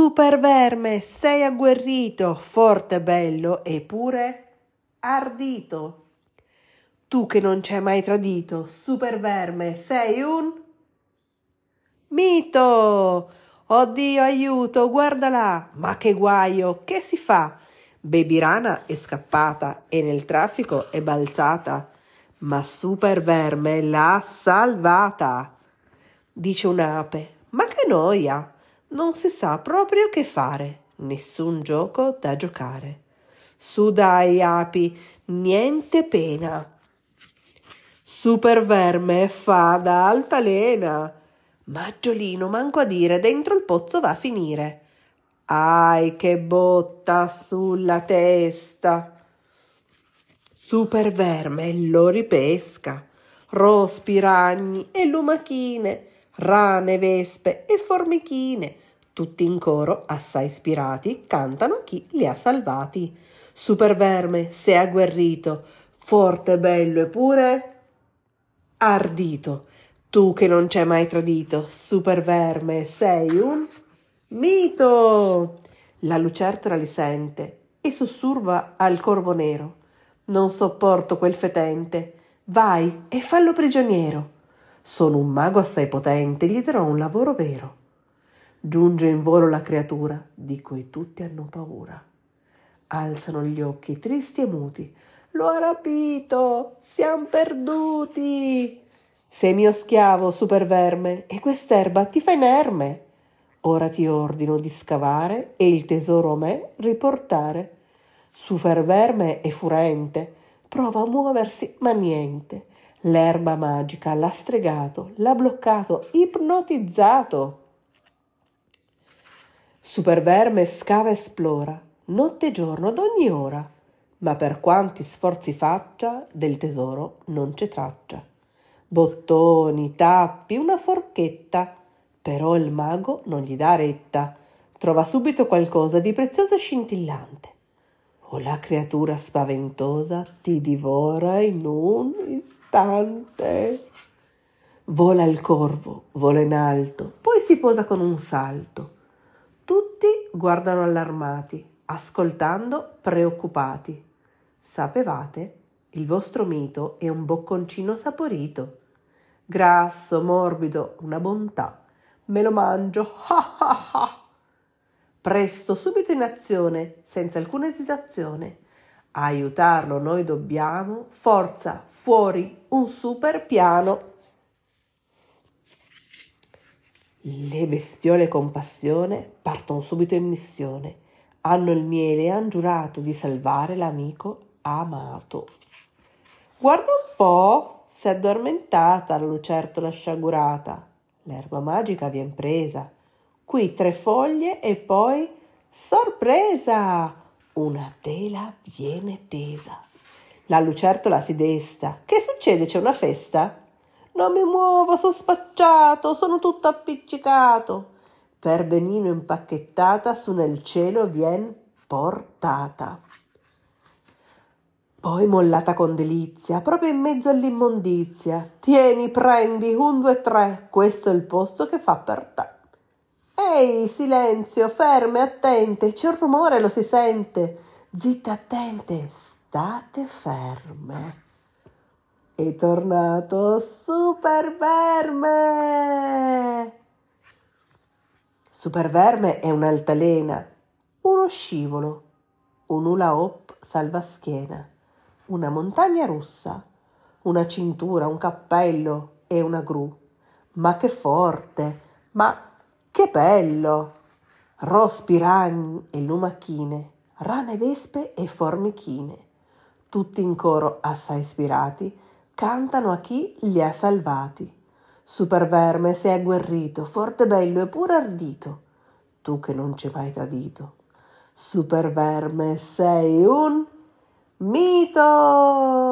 Super verme, sei agguerrito, forte, bello e pure ardito. Tu che non c'hai mai tradito, super verme, sei un mito. Oddio, aiuto, guarda là, ma che guaio, che si fa? Baby Rana è scappata e nel traffico è balzata, ma super verme l'ha salvata. Dice un'ape, ma che noia! Non si sa proprio che fare, nessun gioco da giocare. Su dai, api, niente pena. Super verme fa da altalena. Maggiolino, manco a dire, dentro il pozzo va a finire. Ai, che botta sulla testa. Super verme lo ripesca. Rospi, ragni e lumachine, rane, vespe e formichine, tutti in coro, assai ispirati, cantano chi li ha salvati. Super verme, sei agguerrito, forte, bello e pure ardito. Tu che non c'è mai tradito, super verme, sei un mito. La lucertola li sente e sussurra al corvo nero. Non sopporto quel fetente. Vai e fallo prigioniero. Sono un mago assai potente, gli darò un lavoro vero. Giunge in volo la creatura, di cui tutti hanno paura. Alzano gli occhi tristi e muti. Lo ha rapito, siamo perduti. Sei mio schiavo, super verme, e quest'erba ti fa inerme. Ora ti ordino di scavare e il tesoro a me riportare. Super verme è furente, prova a muoversi, ma niente. L'erba magica l'ha stregato, l'ha bloccato, ipnotizzato. Super verme scava e esplora, notte e giorno ad ogni ora, ma per quanti sforzi faccia, del tesoro non c'è traccia. Bottoni, tappi, una forchetta, però il mago non gli dà retta. Trova subito qualcosa di prezioso e scintillante. O la creatura spaventosa ti divora in un istante. Vola il corvo, vola in alto, poi si posa con un salto. Tutti guardano allarmati, ascoltando preoccupati. Sapevate? Il vostro mito è un bocconcino saporito. Grasso, morbido, una bontà. Me lo mangio, ah ah ah. Presto, subito in azione, senza alcuna esitazione. A aiutarlo noi dobbiamo, forza, fuori, un super piano. Le bestiole con passione partono subito in missione. Hanno il miele e han giurato di salvare l'amico amato. Guarda un po', si è addormentata la lucertola sciagurata. L'erba magica vien presa. Qui 3 foglie e poi, sorpresa, una tela viene tesa. La lucertola si desta. Che succede? C'è una festa? Non mi muovo, sono spacciato, sono tutto appiccicato. Per benino impacchettata su nel cielo vien portata. Poi mollata con delizia, proprio in mezzo all'immondizia. Tieni, prendi, 1, 2, 3, questo è il posto che fa per te. Ehi, silenzio, ferme, attente, c'è un rumore, lo si sente. Zitte, attente, state ferme. È tornato super verme. Super verme è un'altalena, uno scivolo, un hula hoop salvaschiena, una montagna russa, una cintura, un cappello e una gru. Ma che forte, ma che bello! Rospi, ragni e lumachine, rane, vespe e formichine, tutti in coro assai ispirati, cantano a chi li ha salvati. Super verme, sei agguerrito, forte, bello e pure ardito, tu che non c'è mai tradito. Super verme, sei un mito!